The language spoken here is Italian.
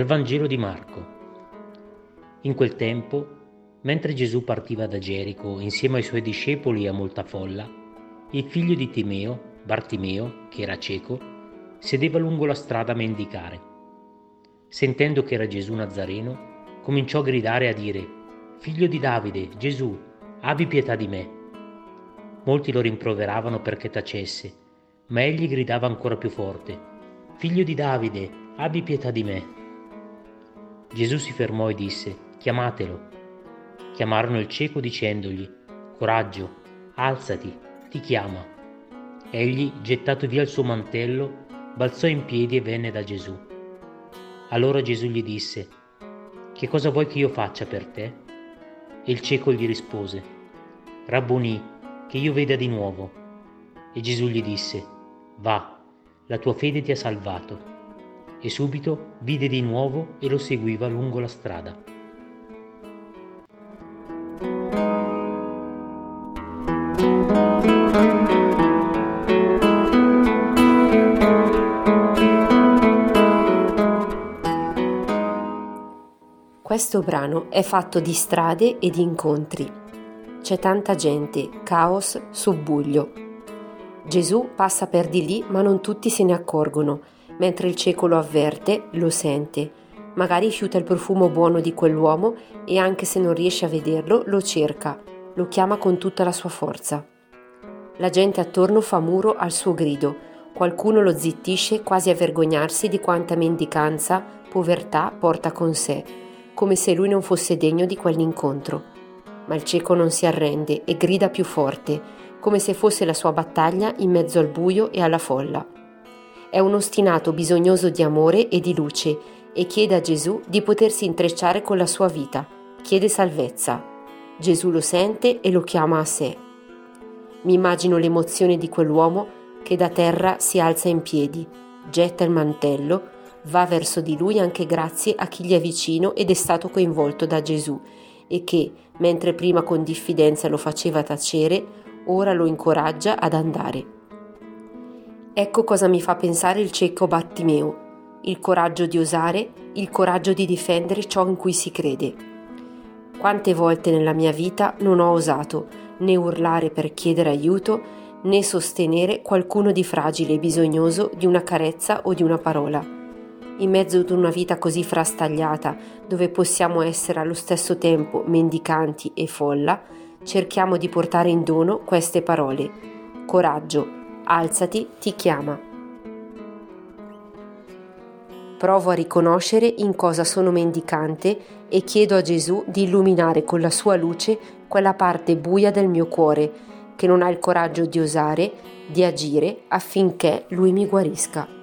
Dal Vangelo di Marco. In quel tempo, mentre Gesù partiva da Gerico insieme ai suoi discepoli e a molta folla, il figlio di Timeo, Bartimeo, che era cieco, sedeva lungo la strada a mendicare. Sentendo che era Gesù Nazareno, cominciò a gridare e a dire: «Figlio di Davide, Gesù, abbi pietà di me». Molti lo rimproveravano perché tacesse, ma egli gridava ancora più forte: «Figlio di Davide, abbi pietà di me». Gesù si fermò e disse: «Chiamatelo». Chiamarono il cieco dicendogli: «Coraggio, alzati, ti chiama». Egli, gettato via il suo mantello, balzò in piedi e venne da Gesù. Allora Gesù gli disse: «Che cosa vuoi che io faccia per te?» E il cieco gli rispose: «Rabboni, che io veda di nuovo». E Gesù gli disse: «Va, la tua fede ti ha salvato». E subito vide di nuovo e lo seguiva lungo la strada. Questo brano è fatto di strade e di incontri. C'è tanta gente, caos, subbuglio. Gesù passa per di lì, ma non tutti se ne accorgono. Mentre il cieco lo avverte, lo sente. Magari fiuta il profumo buono di quell'uomo e anche se non riesce a vederlo, lo cerca, lo chiama con tutta la sua forza. La gente attorno fa muro al suo grido. Qualcuno lo zittisce quasi a vergognarsi di quanta mendicanza, povertà porta con sé, come se lui non fosse degno di quell'incontro. Ma il cieco non si arrende e grida più forte, come se fosse la sua battaglia in mezzo al buio e alla folla. È un ostinato bisognoso di amore e di luce e chiede a Gesù di potersi intrecciare con la sua vita, chiede salvezza. Gesù lo sente e lo chiama a sé. Mi immagino l'emozione di quell'uomo che da terra si alza in piedi, getta il mantello, va verso di lui anche grazie a chi gli è vicino ed è stato coinvolto da Gesù e che, mentre prima con diffidenza lo faceva tacere, ora lo incoraggia ad andare. Ecco cosa mi fa pensare il cieco Bartimeo: il coraggio di osare, il coraggio di difendere ciò in cui si crede. Quante volte nella mia vita non ho osato né urlare per chiedere aiuto, né sostenere qualcuno di fragile e bisognoso di una carezza o di una parola. In mezzo ad una vita così frastagliata, dove possiamo essere allo stesso tempo mendicanti e folla, cerchiamo di portare in dono queste parole: coraggio, alzati, ti chiama. Provo a riconoscere in cosa sono mendicante e chiedo a Gesù di illuminare con la sua luce quella parte buia del mio cuore che non ha il coraggio di osare, di agire affinché Lui mi guarisca.